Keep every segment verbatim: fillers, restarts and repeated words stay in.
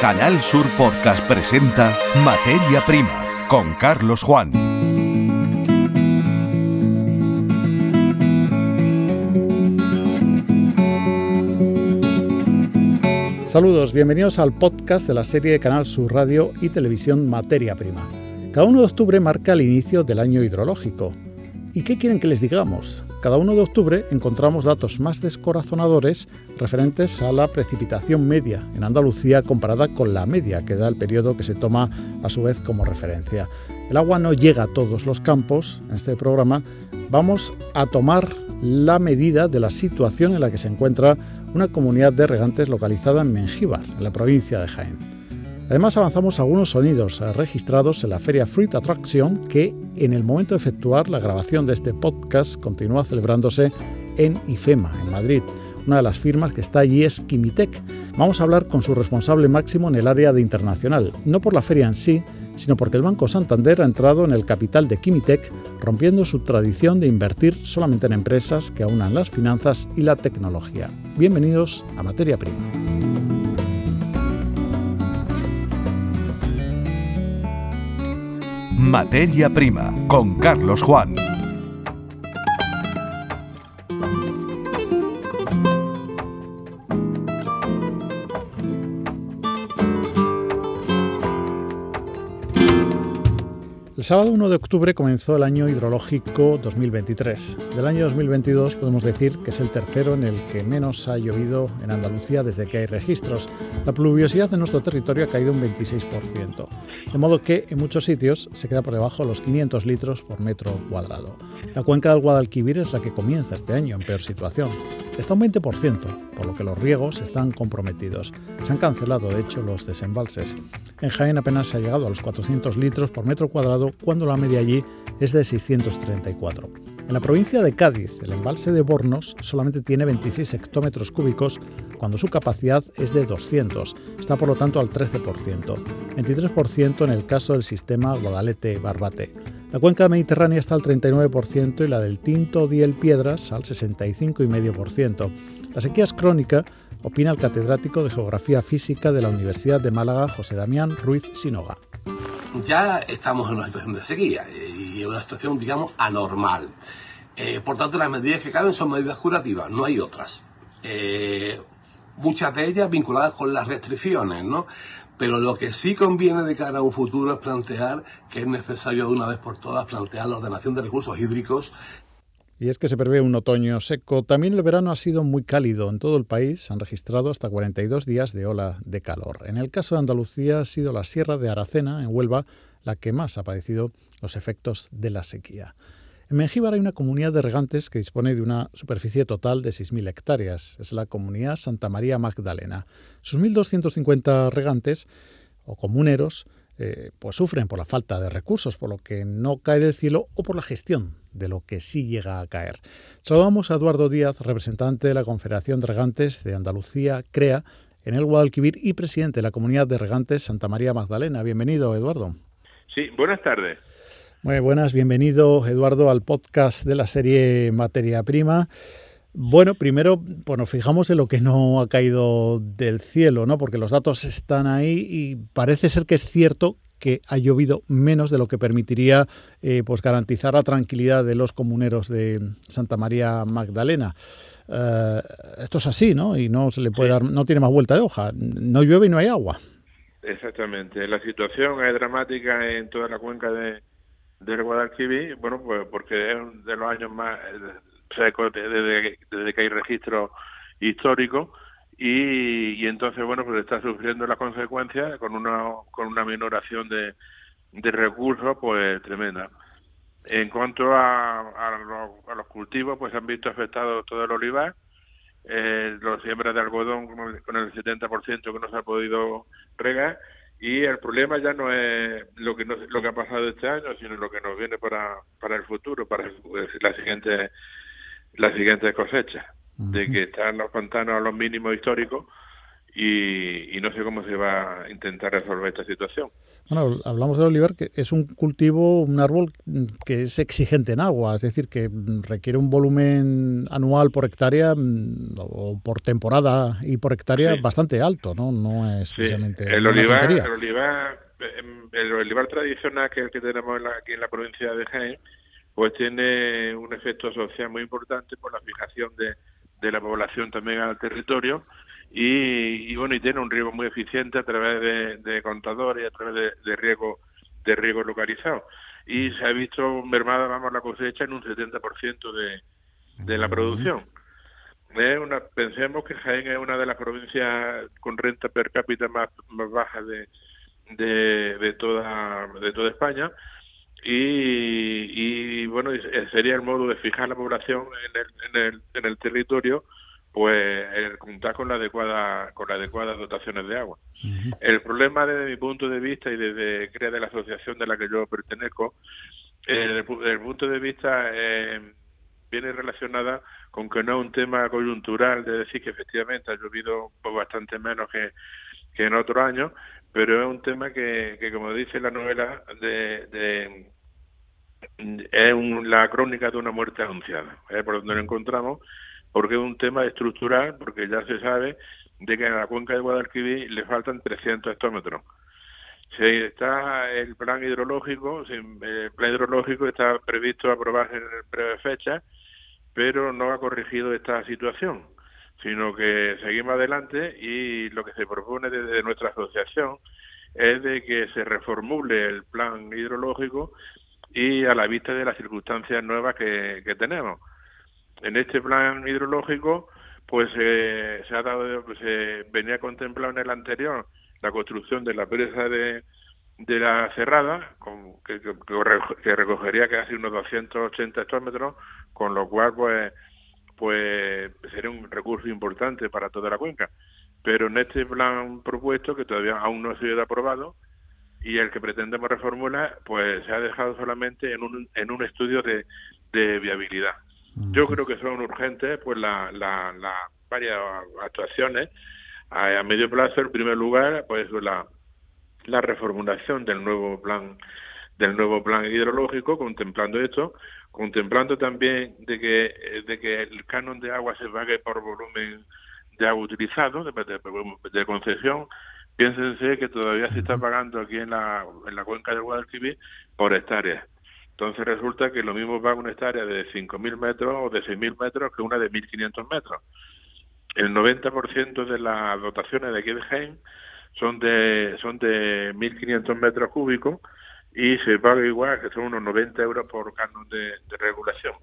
Canal Sur Podcast presenta Materia Prima con Carlos Juan. Saludos, bienvenidos al podcast de la serie de Canal Sur Radio y Televisión Materia Prima. Cada uno de octubre marca el inicio del año hidrológico. ¿Y qué quieren que les digamos? Cada uno de octubre encontramos datos más descorazonadores referentes a la precipitación media en Andalucía comparada con la media que da el periodo que se toma a su vez como referencia. El agua no llega a todos los campos. En este programa vamos a tomar la medida de la situación en la que se encuentra una comunidad de regantes localizada en Mengíbar, en la provincia de Jaén. Además avanzamos algunos sonidos registrados en la Feria Fruit Attraction que en el momento de efectuar la grabación de este podcast continúa celebrándose en IFEMA, en Madrid. Una de las firmas que está allí es Kimitec. Vamos a hablar con su responsable máximo en el área de internacional, no por la feria en sí, sino porque el Banco Santander ha entrado en el capital de Kimitec, rompiendo su tradición de invertir solamente en empresas que aunan las finanzas y la tecnología. Bienvenidos a Materia Prima. Materia Prima con Carlos Juan. El sábado uno de octubre comenzó el año hidrológico dos mil veintitrés. Del año dos mil veintidós podemos decir que es el tercero en el que menos ha llovido en Andalucía desde que hay registros. La pluviosidad en nuestro territorio ha caído un veintiséis por ciento, de modo que en muchos sitios se queda por debajo de los quinientos litros por metro cuadrado. La cuenca del Guadalquivir es la que comienza este año en peor situación. Está un veinte por ciento, por lo que los riegos están comprometidos. Se han cancelado, de hecho, los desembalses. En Jaén apenas se ha llegado a los cuatrocientos litros por metro cuadrado, cuando la media allí es de seiscientos treinta y cuatro. En la provincia de Cádiz, el embalse de Bornos solamente tiene veintiséis hectómetros cúbicos, cuando su capacidad es de doscientos. Está, por lo tanto, al trece por ciento. veintitrés por ciento en el caso del sistema Guadalete-Barbate. La cuenca mediterránea está al treinta y nueve por ciento y la del Tinto Diel Piedras al sesenta y cinco coma cinco por ciento. La sequía es crónica, opina el catedrático de Geografía Física de la Universidad de Málaga, José Damián Ruiz Sinoga. Ya estamos en una situación de sequía y una situación, digamos, anormal. Eh, por tanto, las medidas que caben son medidas curativas, no hay otras. Eh, muchas de ellas vinculadas con las restricciones, ¿no? Pero lo que sí conviene de cara a un futuro es plantear que es necesario de una vez por todas plantear la ordenación de recursos hídricos. Y es que se prevé un otoño seco. También el verano ha sido muy cálido. En todo el país se han registrado hasta cuarenta y dos días de ola de calor. En el caso de Andalucía ha sido la Sierra de Aracena, en Huelva, la que más ha padecido los efectos de la sequía. En Mengíbar hay una comunidad de regantes que dispone de una superficie total de seis mil hectáreas. Es la comunidad Santa María Magdalena. Sus mil doscientos cincuenta regantes o comuneros eh, pues sufren por la falta de recursos, por lo que no cae del cielo o por la gestión de lo que sí llega a caer. Saludamos a Eduardo Díaz, representante de la Confederación de Regantes de Andalucía, CREA, en el Guadalquivir y presidente de la comunidad de regantes Santa María Magdalena. Bienvenido, Eduardo. Sí, buenas tardes. Muy buenas, bienvenido, Eduardo, al podcast de la serie Materia Prima. Bueno, primero pues nos fijamos en lo que no ha caído del cielo, ¿no? Porque los datos están ahí y parece ser que es cierto que ha llovido menos de lo que permitiría eh, pues garantizar la tranquilidad de los comuneros de Santa María Magdalena. Uh, esto es así, ¿no? Y no se le puede sí. dar, no tiene más vuelta de hoja. No llueve y no hay agua. Exactamente. La situación es dramática en toda la cuenca de del Guadalquivir, bueno, pues porque es de los años más secos desde, desde que hay registro histórico y, y entonces, bueno, pues está sufriendo las consecuencias con una con una minoración de, de recursos, pues tremenda. En cuanto a, a, los, a los cultivos, pues se han visto afectados todo el olivar, eh, los siembras de algodón con el setenta por ciento que no se ha podido regar. Y el problema ya no es lo que no, lo que ha pasado este año, sino lo que nos viene para para el futuro, para la siguiente la siguiente cosecha, uh-huh. de que están los pantanos a los mínimos históricos y, y no sé cómo se va a intentar resolver esta situación. Bueno, hablamos del olivar, que es un cultivo, un árbol que es exigente en agua, es decir, que requiere un volumen anual por hectárea o por temporada y por hectárea sí. bastante alto, ¿no? No es sí. precisamente el una olivar, tontería. El olivar, el olivar tradicional, que es el que tenemos en la, aquí en la provincia de Jaén, pues tiene un efecto social muy importante por la fijación de, de la población también al territorio. Y, y bueno, y tiene un riego muy eficiente a través de, de contadores y a través de, de riego de riego localizado. Y se ha visto mermada, vamos, la cosecha en un setenta por ciento de, de la producción. Es una, pensemos que Jaén es una de las provincias con renta per cápita más, más baja de, de, de toda de toda España. Y, y bueno, sería el modo de fijar la población en el, en el, en el territorio, pues el contar con la adecuada con las adecuadas dotaciones de agua. Uh-huh. El problema desde mi punto de vista y desde crea de la asociación de la que yo pertenezco, eh, desde el punto de vista eh, viene relacionada con que no es un tema coyuntural de decir que efectivamente ha llovido pues, bastante menos que, que en otros años, pero es un tema que, que como dice la novela, de, de es un, la crónica de una muerte anunciada, ¿eh? Por donde lo encontramos, porque es un tema estructural, porque ya se sabe de que a la cuenca de Guadalquivir le faltan trescientos hectómetros. Si está el plan hidrológico, si el plan hidrológico está previsto aprobarse en breve fecha, pero no ha corregido esta situación, sino que seguimos adelante y lo que se propone desde nuestra asociación es de que se reformule el plan hidrológico y a la vista de las circunstancias nuevas que, que tenemos. En este plan hidrológico, pues eh, se ha dado, se venía contemplado en el anterior la construcción de la presa de, de la Cerrada, con, que, que, que recogería casi unos doscientos ochenta hectómetros, con lo cual, pues, pues sería un recurso importante para toda la cuenca. Pero en este plan propuesto, que todavía aún no ha sido aprobado, y el que pretendemos reformular, pues se ha dejado solamente en un, en un estudio de, de viabilidad. Yo creo que son urgentes pues la, la, la varias actuaciones a, a medio plazo. En primer lugar, pues la, la reformulación del nuevo plan del nuevo plan hidrológico, contemplando esto, contemplando también de que de que el canon de agua se pague por volumen de agua utilizado, de, de, de concesión. Piénsense que todavía se está pagando aquí en la en la cuenca del Guadalquivir por hectáreas. Entonces resulta que lo mismo paga una hectárea de cinco mil metros o de seis mil metros que una de mil quinientos metros. El noventa por ciento de las dotaciones de aquí de Jaén son de son de mil quinientos metros cúbicos y se paga igual, que son unos noventa euros por canon de, de regulación.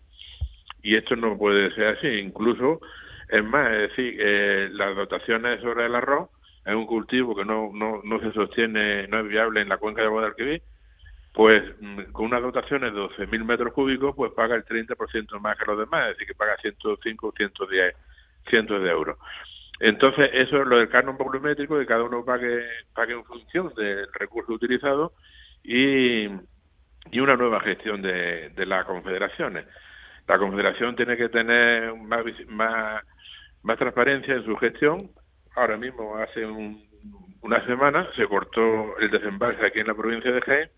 Y esto no puede ser así. Incluso, es más, es decir, eh, las dotaciones sobre el arroz es un cultivo que no, no, no se sostiene, no es viable en la cuenca de Guadalquivir. Pues con unas dotaciones de doce mil metros cúbicos, pues paga el treinta por ciento más que los demás, es decir, que paga ciento cinco o ciento diez cientos de euros. Entonces, eso es lo del canon volumétrico, que cada uno pague, pague en función del recurso utilizado y, y una nueva gestión de, de las confederaciones. La confederación tiene que tener más, más, más transparencia en su gestión. Ahora mismo, hace un, una semana, se cortó el desembalse aquí en la provincia de Jaén,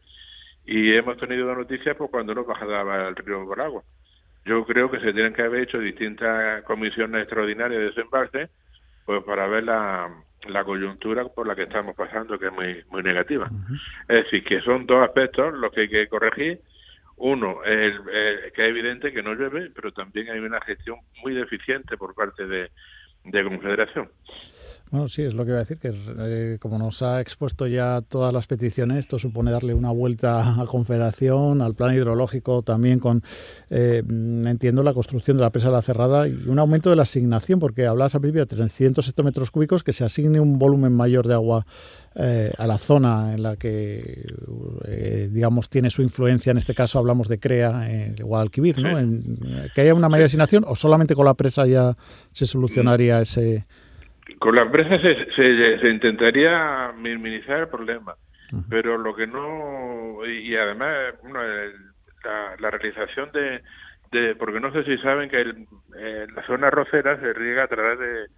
y hemos tenido la noticia pues cuando no bajaba el río por agua. Yo creo que se tienen que haber hecho distintas comisiones extraordinarias de desembalse pues para ver la, la coyuntura por la que estamos pasando, que es muy muy negativa. Uh-huh. Es decir, que son dos aspectos los que hay que corregir. Uno, el, el, que es evidente que no llueve, pero también hay una gestión muy deficiente por parte de, de Confederación. Bueno, sí, es lo que iba a decir, que eh, como nos ha expuesto ya todas las peticiones, esto supone darle una vuelta a Confederación, al plan hidrológico también con, eh, entiendo, la construcción de la presa de la Cerrada y un aumento de la asignación, porque hablabas al principio de trescientos hectómetros cúbicos, que se asigne un volumen mayor de agua eh, a la zona en la que, eh, digamos, tiene su influencia. En este caso hablamos de CREA, en eh, Guadalquivir, ¿no? En, que haya una mayor asignación, o solamente con la presa ya se solucionaría ese... Con la empresa se, se, se intentaría minimizar el problema, uh-huh. pero lo que no... Y, y además, bueno, el, la, la realización de, de... Porque no sé si saben que el, eh, la zona arrocera se riega a través de,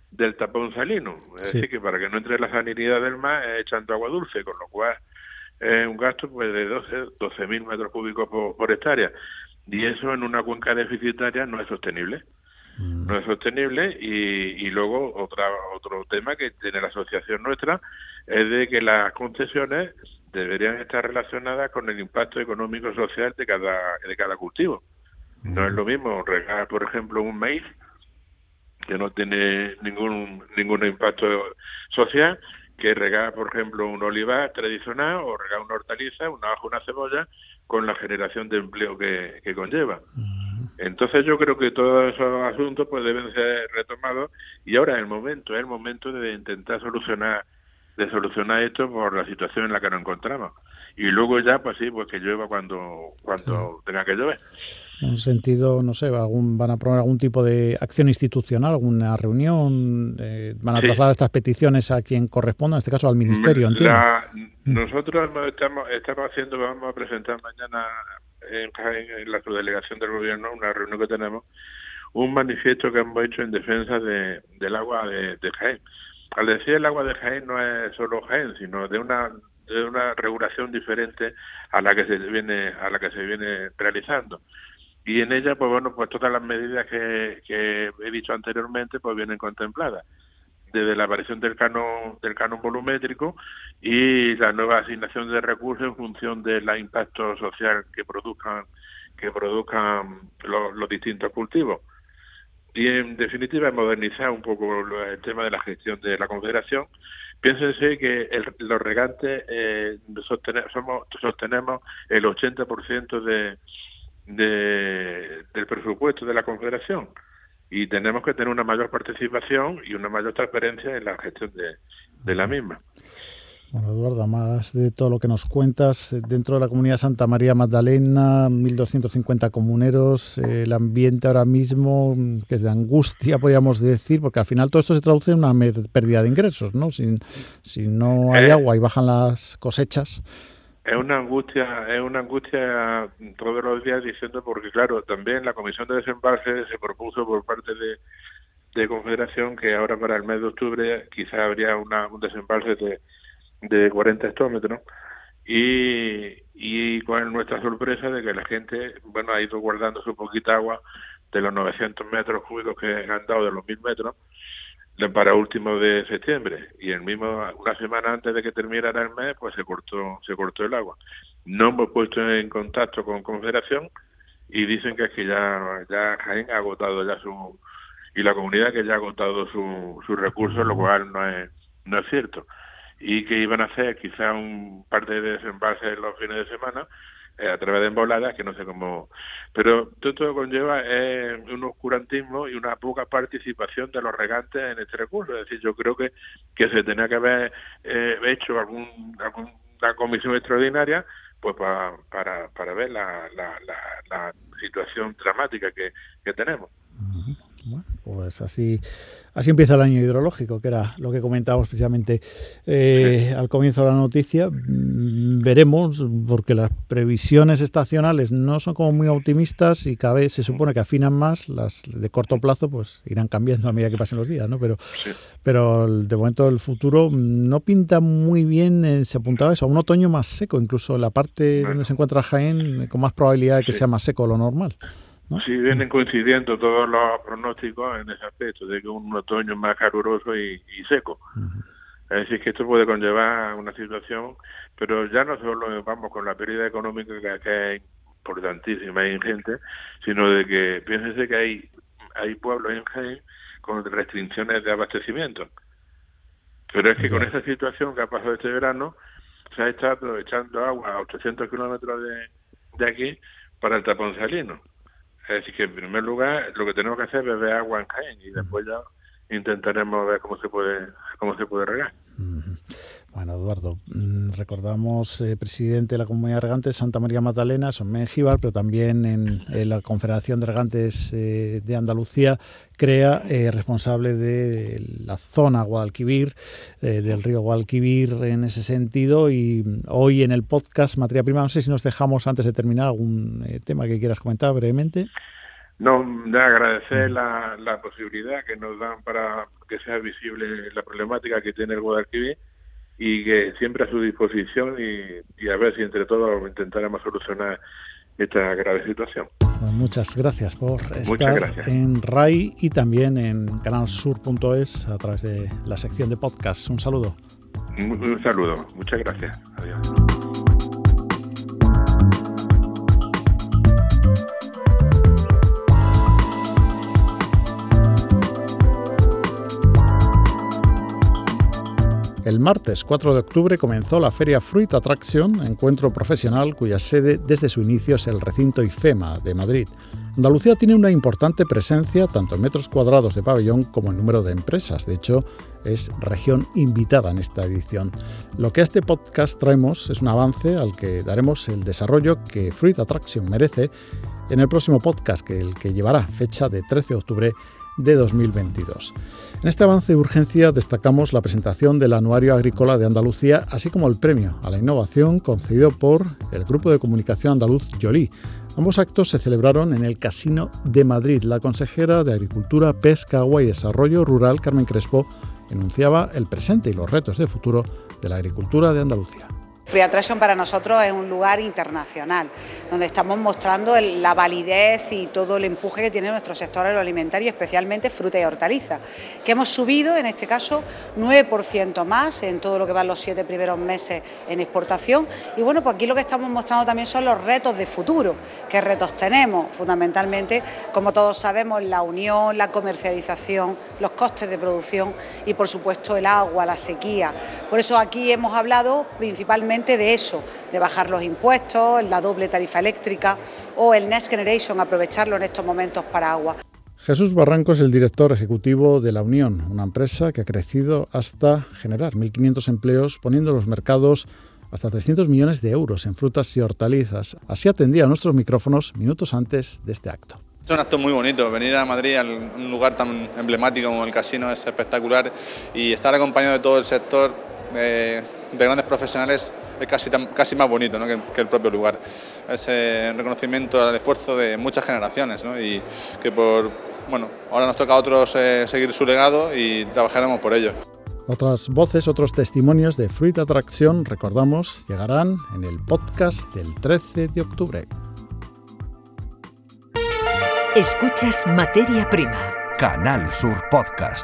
del tapón salino. Es Sí. decir, que para que no entre la salinidad del mar es echando agua dulce, con lo cual es un gasto pues de doce mil metros cúbicos por, por hectárea. Y eso en una cuenca deficitaria no es sostenible. No es sostenible. Y, y luego otra otro tema que tiene la asociación nuestra es de que las concesiones deberían estar relacionadas con el impacto económico social de cada de cada cultivo. No es lo mismo regar, por ejemplo, un maíz que no tiene ningún ningún impacto social, que regar, por ejemplo, un olivar tradicional o regar una hortaliza, una hoja, una cebolla, con la generación de empleo que, que conlleva. Entonces yo creo que todos esos asuntos pues deben ser retomados y ahora es el momento, es el momento de intentar solucionar de solucionar esto por la situación en la que nos encontramos. Y luego ya, pues sí, pues que llueva cuando cuando sí. tenga que llover. En un sentido, no sé, algún, van a proponer algún tipo de acción institucional, alguna reunión, eh, van a sí. trasladar estas peticiones a quien corresponda, en este caso al Ministerio, entiendo. La, nosotros estamos, estamos haciendo, vamos a presentar mañana en, en la subdelegación del gobierno, una reunión que tenemos, un manifiesto que hemos hecho en defensa de, del agua de, de Jaén. Al decir el agua de Jaén no es solo Jaén, sino de una de una regulación diferente a la que se viene a la que se viene realizando. Y en ella, pues bueno, pues todas las medidas que, que he dicho anteriormente, pues vienen contempladas. Desde la aparición del canon, del canon volumétrico y la nueva asignación de recursos en función del impacto social que produzcan, que produzcan los, los distintos cultivos. Y en definitiva, modernizar un poco el tema de la gestión de la Confederación. Piénsense que el, los regantes eh, sostener, somos, sostenemos el ochenta por ciento de De, del presupuesto de la Confederación y tenemos que tener una mayor participación y una mayor transparencia en la gestión de, de la misma. Bueno, Eduardo, más de todo lo que nos cuentas, dentro de la comunidad Santa María Magdalena, mil doscientos cincuenta comuneros, eh, el ambiente ahora mismo, que es de angustia, podríamos decir, porque al final todo esto se traduce en una pérdida de ingresos, ¿no? Si, si no hay eh, agua y bajan las cosechas. Es una angustia, es una angustia todos los días diciendo, porque claro, también la Comisión de Desembalse se propuso por parte de, de Confederación que ahora para el mes de octubre quizá habría una, un desembalse de, de cuarenta hectómetros y, y con nuestra sorpresa de que la gente, bueno, ha ido guardando su poquita agua de los novecientos metros cúbicos que han dado de los mil metros para último de septiembre y el mismo una semana antes de que terminara el mes pues se cortó se cortó el agua. No hemos puesto en contacto con Confederación y dicen que es que ya ya Jaén ha agotado ya su y la comunidad que ya ha agotado su sus recursos, lo cual no es no es cierto, y que iban a hacer quizá un par de desembalses en los fines de semana eh, a través de emboladas, que no sé cómo, pero todo esto conlleva eh, un oscurantismo y una poca participación de los regantes en este recurso. Es decir, yo creo que, que se tenía que haber eh, hecho algún, alguna comisión extraordinaria pues para para, para ver la, la, la, la situación dramática que, que tenemos. Uh-huh. Bueno, pues así así empieza el año hidrológico, que era lo que comentábamos precisamente eh, al comienzo de la noticia. Veremos, porque las previsiones estacionales no son como muy optimistas y cada vez se supone que afinan más. Las de corto plazo pues irán cambiando a medida que pasen los días, ¿no? Pero, sí. pero de momento el futuro no pinta muy bien. Eh, se apuntaba eso, a un otoño más seco, incluso en la parte bueno. donde se encuentra Jaén, con más probabilidad de que sí. sea más seco de lo normal, ¿no? Sí, vienen coincidiendo todos los pronósticos en ese aspecto, de que un otoño más caluroso y, y seco. Uh-huh. Es decir, que esto puede conllevar una situación, pero ya no solo vamos con la pérdida económica que, que es importantísima e ingente, sino de que piénsense que hay hay pueblos en Jaén con restricciones de abastecimiento. Pero es que con esa situación que ha pasado este verano, se ha estado echando agua a ochocientos kilómetros de, de aquí para el tapón salino. Es decir, que en primer lugar lo que tenemos que hacer es beber agua en Jaén y después ya intentaremos ver cómo se puede cómo se puede regar. Bueno, Eduardo, recordamos eh, presidente de la Comunidad de Regantes Santa María Magdalena, son Mengíbar, pero también en, en la Confederación de Regantes eh, de Andalucía, CREA, eh, responsable de la zona Guadalquivir, eh, del río Guadalquivir en ese sentido. Y hoy en el podcast Materia Prima, no sé si nos dejamos antes de terminar algún eh, tema que quieras comentar brevemente. No, de agradecer la, la posibilidad que nos dan para que sea visible la problemática que tiene el Guadalquivir y que siempre a su disposición y, y a ver si entre todos intentaremos solucionar esta grave situación. Pues muchas gracias por Muchas estar gracias. en R A I y también en canal sur punto es a través de la sección de podcast. Un saludo. Un, un saludo, muchas gracias. Adiós. El martes cuatro de octubre comenzó la Feria Fruit Attraction, encuentro profesional cuya sede desde su inicio es el recinto IFEMA de Madrid. Andalucía tiene una importante presencia tanto en metros cuadrados de pabellón como en número de empresas. De hecho, es región invitada en esta edición. Lo que a este podcast traemos es un avance al que daremos el desarrollo que Fruit Attraction merece en el próximo podcast, que el que llevará fecha de trece de octubre de dos mil veintidós. En este avance de urgencia destacamos la presentación del Anuario Agrícola de Andalucía, así como el premio a la innovación concedido por el Grupo de Comunicación Andaluz Yolí. Ambos actos se celebraron en el Casino de Madrid. La consejera de Agricultura, Pesca, Agua y Desarrollo Rural, Carmen Crespo, enunciaba el presente y los retos de futuro de la agricultura de Andalucía. Fruit Attraction para nosotros es un lugar internacional, donde estamos mostrando el, la validez y todo el empuje que tiene nuestro sector agroalimentario, especialmente fruta y hortaliza, que hemos subido, en este caso, nueve por ciento más en todo lo que van los siete primeros meses en exportación. Y bueno, pues aquí lo que estamos mostrando también son los retos de futuro. ¿Qué retos tenemos? Fundamentalmente, como todos sabemos, la unión, la comercialización, los costes de producción y, por supuesto, el agua, la sequía. Por eso aquí hemos hablado principalmente de eso, de bajar los impuestos, la doble tarifa eléctrica o el Next Generation, aprovecharlo en estos momentos para agua. Jesús Barranco es el director ejecutivo de La Unión, una empresa que ha crecido hasta generar mil quinientos empleos, poniendo en los mercados hasta trescientos millones de euros en frutas y hortalizas. Así atendía a nuestros micrófonos minutos antes de este acto. Es un acto muy bonito, venir a Madrid, a un lugar tan emblemático como el casino, es espectacular, y estar acompañado de todo el sector eh, de grandes profesionales es casi, tan, casi más bonito, ¿no?, que, que el propio lugar. Es eh, un reconocimiento al esfuerzo de muchas generaciones, ¿no?, y que por, bueno, ahora nos toca a otros eh, seguir su legado y trabajaremos por ello. Otras voces, otros testimonios de Fruit Attraction, recordamos, llegarán en el podcast del trece de octubre. Escuchas Materia Prima. Canal Sur Podcast.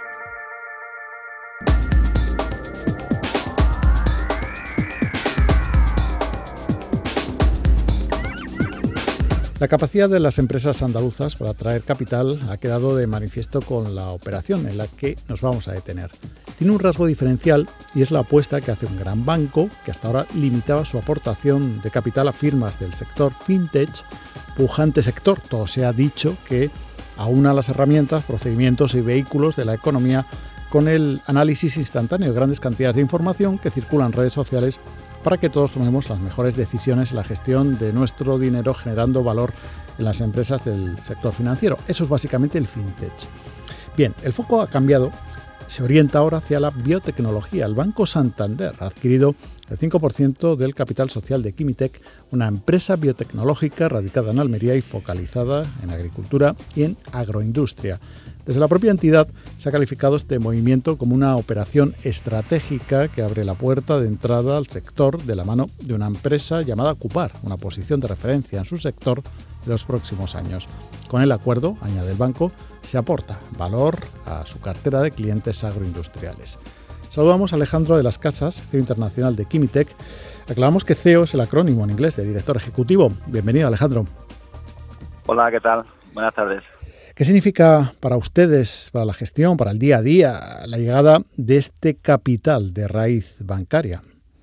La capacidad de las empresas andaluzas para atraer capital ha quedado de manifiesto con la operación en la que nos vamos a detener. Tiene un rasgo diferencial y es la apuesta que hace un gran banco que hasta ahora limitaba su aportación de capital a firmas del sector fintech, pujante sector, todo se ha dicho, que aúna las herramientas, procedimientos y vehículos de la economía con el análisis instantáneo de grandes cantidades de información que circulan en redes sociales para que todos tomemos las mejores decisiones en la gestión de nuestro dinero, generando valor en las empresas del sector financiero. Eso es básicamente el fintech. Bien, el foco ha cambiado, se orienta ahora hacia la biotecnología. El Banco Santander ha adquirido el cinco por ciento del capital social de Kimitec, una empresa biotecnológica radicada en Almería y focalizada en agricultura y en agroindustria. Desde la propia entidad se ha calificado este movimiento como una operación estratégica que abre la puerta de entrada al sector de la mano de una empresa llamada a ocupar una posición de referencia en su sector en los próximos años. Con el acuerdo, añade el banco, se aporta valor a su cartera de clientes agroindustriales. Saludamos a Alejandro de las Casas, C E O internacional de Kimitec. Aclaramos que C E O es el acrónimo en inglés de director ejecutivo. Bienvenido, Alejandro. Hola, ¿qué tal? Buenas tardes. ¿Qué significa para ustedes, para la gestión, para el día a día, la llegada de este capital de raíz bancaria?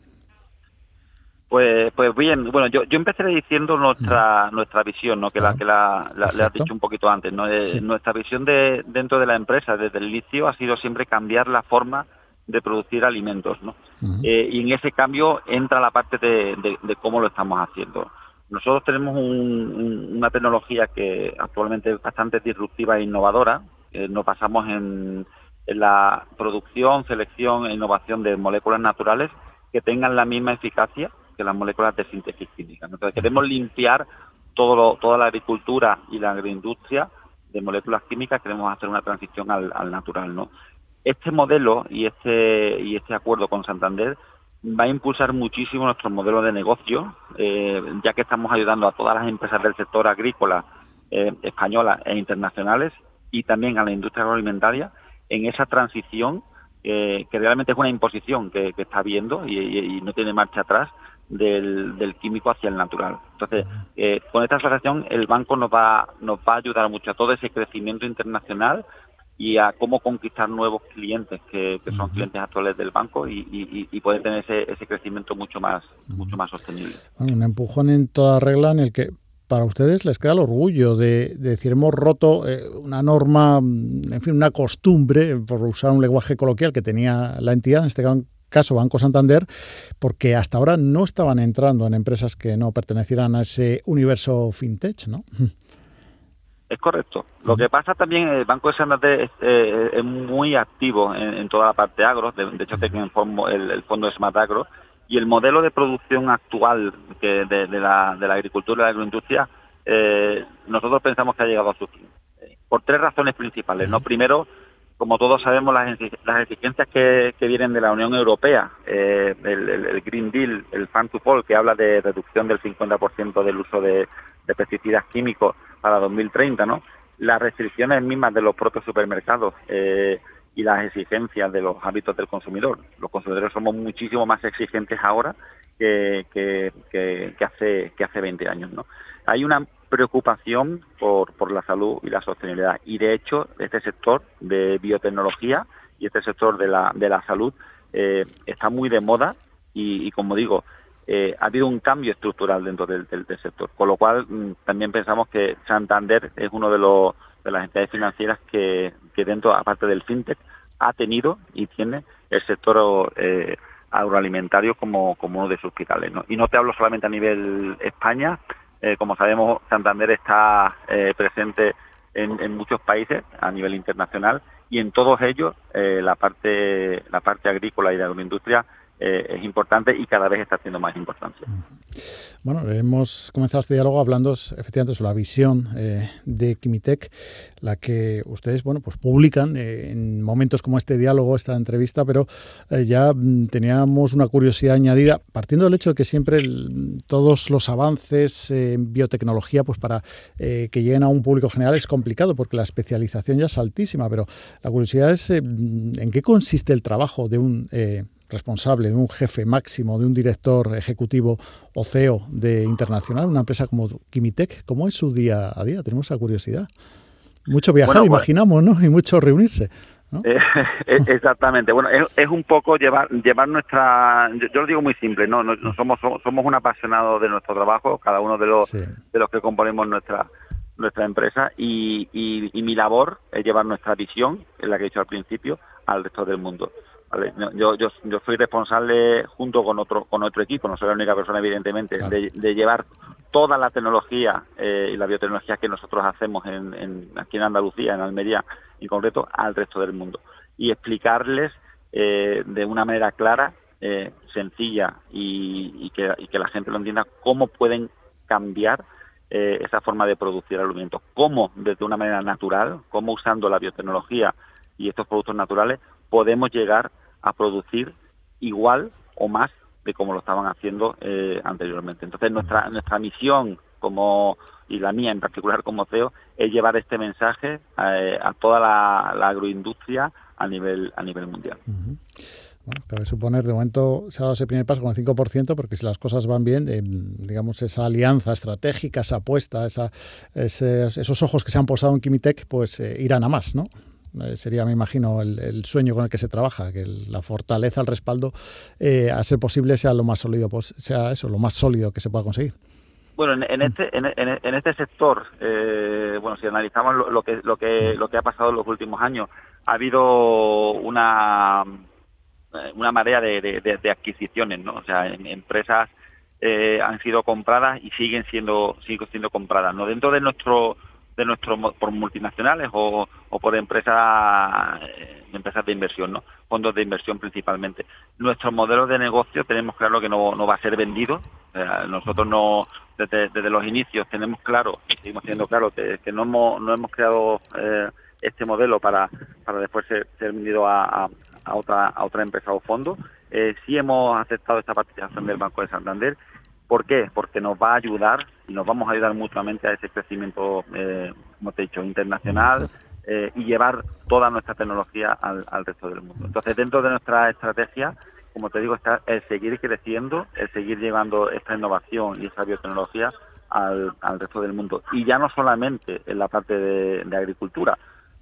Pues, pues bien, bueno, yo, yo empecé diciendo nuestra mm. nuestra visión, ¿no? Que claro. la que la, la le has dicho un poquito antes, ¿no? Eh, sí. Nuestra visión de dentro de la empresa desde el inicio ha sido siempre cambiar la forma de producir alimentos, ¿no? Uh-huh. Eh, y en ese cambio entra la parte de, de, de cómo lo estamos haciendo. Nosotros tenemos un, un, una tecnología que actualmente es bastante disruptiva e innovadora. Eh, nos basamos en, en la producción, selección e innovación de moléculas naturales que tengan la misma eficacia que las moléculas de síntesis química. Entonces queremos limpiar todo lo, toda la agricultura y la agroindustria de moléculas químicas queremos hacer una transición al, al natural, ¿no? Este modelo y este y este acuerdo con Santander va a impulsar muchísimo nuestro modelo de negocio, eh, ya que estamos ayudando a todas las empresas del sector agrícola eh, españolas e internacionales y también a la industria agroalimentaria en esa transición eh, que realmente es una imposición que, que está habiendo y, y, y no tiene marcha atrás del, del químico hacia el natural. Entonces, eh, con esta asociación el banco nos va nos va a ayudar mucho a todo ese crecimiento internacional y a cómo conquistar nuevos clientes que, que son uh-huh. clientes actuales del banco y, y, y poder tener ese, ese crecimiento mucho más uh-huh. mucho más sostenible. Bueno, un empujón en toda regla en el que para ustedes les queda el orgullo de, de decir hemos roto eh, una norma, en fin, una costumbre, por usar un lenguaje coloquial que tenía la entidad, en este caso Banco Santander, porque hasta ahora no estaban entrando en empresas que no pertenecieran a ese universo fintech, ¿no? Es correcto. Lo que pasa también, el Banco de Santander es, eh, es muy activo en, en toda la parte agro, de, de hecho tiene el, el fondo de Smart Agro, y el modelo de producción actual que de, de, la, de la agricultura y la agroindustria, eh, nosotros pensamos que ha llegado a su fin. Eh, por tres razones principales, ¿no? Primero, como todos sabemos, las, las exigencias que, que vienen de la Unión Europea, eh, el, el, el Green Deal, el Farm to Fork, que habla de reducción del cincuenta por ciento del uso de, de pesticidas químicos para dos mil treinta, ¿no? Las restricciones mismas de los propios supermercados eh, y las exigencias de los hábitos del consumidor. Los consumidores somos muchísimo más exigentes ahora que, que, que, que hace que hace veinte años, ¿no? Hay una preocupación por, por la salud y la sostenibilidad y de hecho este sector de biotecnología y este sector de la de la salud eh, está muy de moda y, y como digo eh, ha habido un cambio estructural dentro del, del, del sector, con lo cual m, también pensamos que Santander es uno de los de las entidades financieras que, que dentro, aparte del fintech, ha tenido y tiene el sector eh, agroalimentario como, como uno de sus pilares, ¿no? Y no te hablo solamente a nivel España. Eh, como sabemos, Santander está eh, presente en, en muchos países a nivel internacional y en todos ellos eh, la parte la parte agrícola y de agroindustria eh, es importante y cada vez está haciendo más importancia. Bueno, hemos comenzado este diálogo hablando efectivamente sobre la visión eh, de Kimitec, la que ustedes, bueno, pues publican eh, en momentos como este diálogo, esta entrevista, pero eh, ya mm, teníamos una curiosidad añadida, partiendo del hecho de que siempre el, todos los avances eh, en biotecnología, pues para eh, que lleguen a un público general es complicado, porque la especialización ya es altísima, pero la curiosidad es eh, en qué consiste el trabajo de un eh, responsable, de un jefe máximo, de un director ejecutivo o C E O de internacional, una empresa como Kimitec. ¿Cómo es su día a día? Tenemos esa curiosidad. Mucho viajar, bueno, imaginamos, ¿no? Y mucho reunirse, ¿no? Eh, exactamente. Bueno, es, es un poco llevar llevar nuestra... Yo, yo lo digo muy simple, ¿no? No, no somos somos un apasionado de nuestro trabajo, cada uno de los sí. de los que componemos nuestra nuestra empresa y, y, y mi labor es llevar nuestra visión, es la que he dicho al principio, al resto del mundo. Vale, yo, yo yo soy responsable junto con otro con otro equipo, no soy la única persona evidentemente, claro. de, de llevar toda la tecnología eh, y la biotecnología que nosotros hacemos en, en aquí en Andalucía, en Almería en concreto, al resto del mundo y explicarles eh, de una manera clara, eh, sencilla y, y, que, y que la gente lo entienda cómo pueden cambiar eh, esa forma de producir alimentos, cómo desde una manera natural, cómo usando la biotecnología y estos productos naturales podemos llegar a producir igual o más de como lo estaban haciendo eh, anteriormente. Entonces nuestra nuestra misión como y la mía en particular como C E O es llevar este mensaje a, a toda la, la agroindustria a nivel a nivel mundial. Uh-huh. Bueno, cabe suponer, de momento se ha dado ese primer paso con el cinco por ciento, porque si las cosas van bien, eh, digamos, esa alianza estratégica, esa apuesta, esa, ese, esos ojos que se han posado en Kimitec, pues eh, irán a más, ¿no? Eh, sería, me imagino, el, el sueño con el que se trabaja, que el, la fortaleza, el respaldo, eh, a ser posible, sea lo más sólido, pues sea eso, lo más sólido que se pueda conseguir. Bueno, en, en este en, en este sector, eh, bueno, si analizamos lo, lo que lo que lo que ha pasado en los últimos años, ha habido una una marea de, de, de, de adquisiciones, ¿no? O sea, en, empresas eh, han sido compradas y siguen siendo siguen siendo compradas, ¿no? Dentro de nuestro de nuestro por multinacionales o, o por empresas eh, empresas de inversión, ¿no? Fondos de inversión principalmente. Nuestro modelo de negocio tenemos claro que no, no va a ser vendido, O sea, nosotros no, desde, desde los inicios tenemos claro, seguimos teniendo claro que, que no hemos no hemos creado eh, este modelo para, para después ser, ser vendido a, a, a otra a otra empresa o fondo. Eh, sí hemos aceptado esta participación del Banco de Santander. ¿Por qué? Porque nos va a ayudar y nos vamos a ayudar mutuamente a ese crecimiento, eh, como te he dicho, internacional eh, y llevar toda nuestra tecnología al, al resto del mundo. Entonces, dentro de nuestra estrategia, como te digo, está el seguir creciendo, el seguir llevando esta innovación y esta biotecnología al, al resto del mundo. Y ya no solamente en la parte de, de agricultura.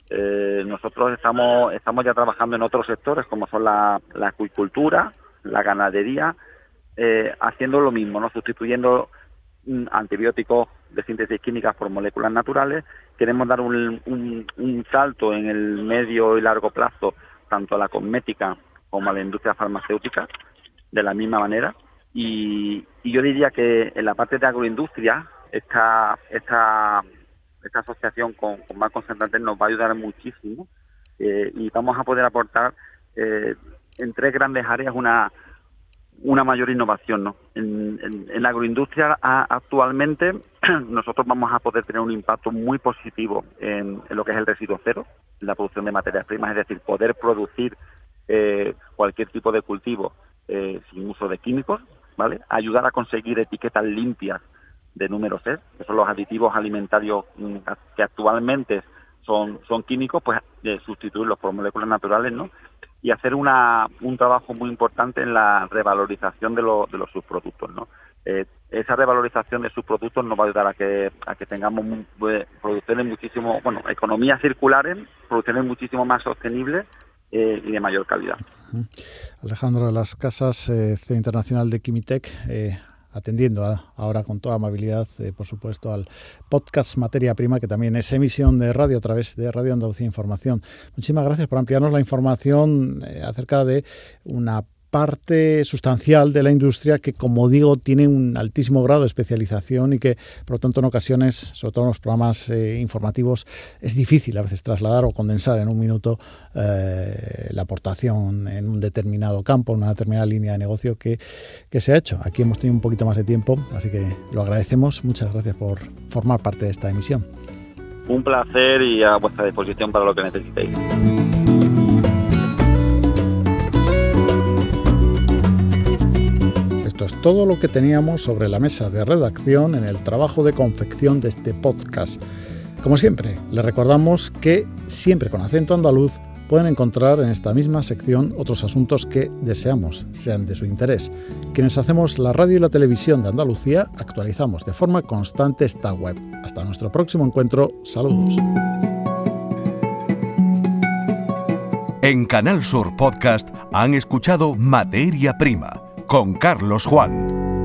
Eh, nosotros estamos estamos ya trabajando en otros sectores, como son la, la acuicultura, la ganadería, Eh, haciendo lo mismo, no sustituyendo mm, antibióticos de síntesis química por moléculas naturales. Queremos dar un, un, un salto en el medio y largo plazo, tanto a la cosmética como a la industria farmacéutica, de la misma manera. Y, y yo diría que en la parte de agroindustria, esta, esta, esta asociación con, con Banco Santander nos va a ayudar muchísimo eh, y vamos a poder aportar eh, en tres grandes áreas una una mayor innovación, ¿no? En, en, en la agroindustria a, actualmente nosotros vamos a poder tener un impacto muy positivo en, en lo que es el residuo cero, en la producción de materias primas, es decir, poder producir eh, cualquier tipo de cultivo eh, sin uso de químicos, ¿vale? Ayudar a conseguir etiquetas limpias de número C E R, que son los aditivos alimentarios que actualmente son, son químicos, pues eh, sustituirlos por moléculas naturales, ¿no? Y hacer una, un trabajo muy importante en la revalorización de, lo, de los subproductos, ¿no? Eh, esa revalorización de subproductos nos va a ayudar a que a que tengamos eh, producciones muchísimo, bueno, economías circulares, producciones muchísimo más sostenibles eh, y de mayor calidad. Alejandro de las Casas, eh, C E O internacional de Químitec, eh, atendiendo a, ahora con toda amabilidad, eh, por supuesto, al podcast Materia Prima, que también es emisión de radio a través de Radio Andalucía Información. Muchísimas gracias por ampliarnos la información eh, acerca de una parte sustancial de la industria que, como digo, tiene un altísimo grado de especialización y que, por lo tanto, en ocasiones, sobre todo en los programas eh, informativos, es difícil a veces trasladar o condensar en un minuto eh, la aportación en un determinado campo, en una determinada línea de negocio que, que se ha hecho. Aquí hemos tenido un poquito más de tiempo, así que lo agradecemos. Muchas gracias por formar parte de esta emisión. Un placer y a vuestra disposición para lo que necesitéis. Esto es todo lo que teníamos sobre la mesa de redacción en el trabajo de confección de este podcast. Como siempre, les recordamos que, siempre con acento andaluz, pueden encontrar en esta misma sección otros asuntos que deseamos sean de su interés. Quienes hacemos la radio y la televisión de Andalucía actualizamos de forma constante esta web. Hasta nuestro próximo encuentro. Saludos. En Canal Sur Podcast han escuchado Materia Prima con Carlos Juan.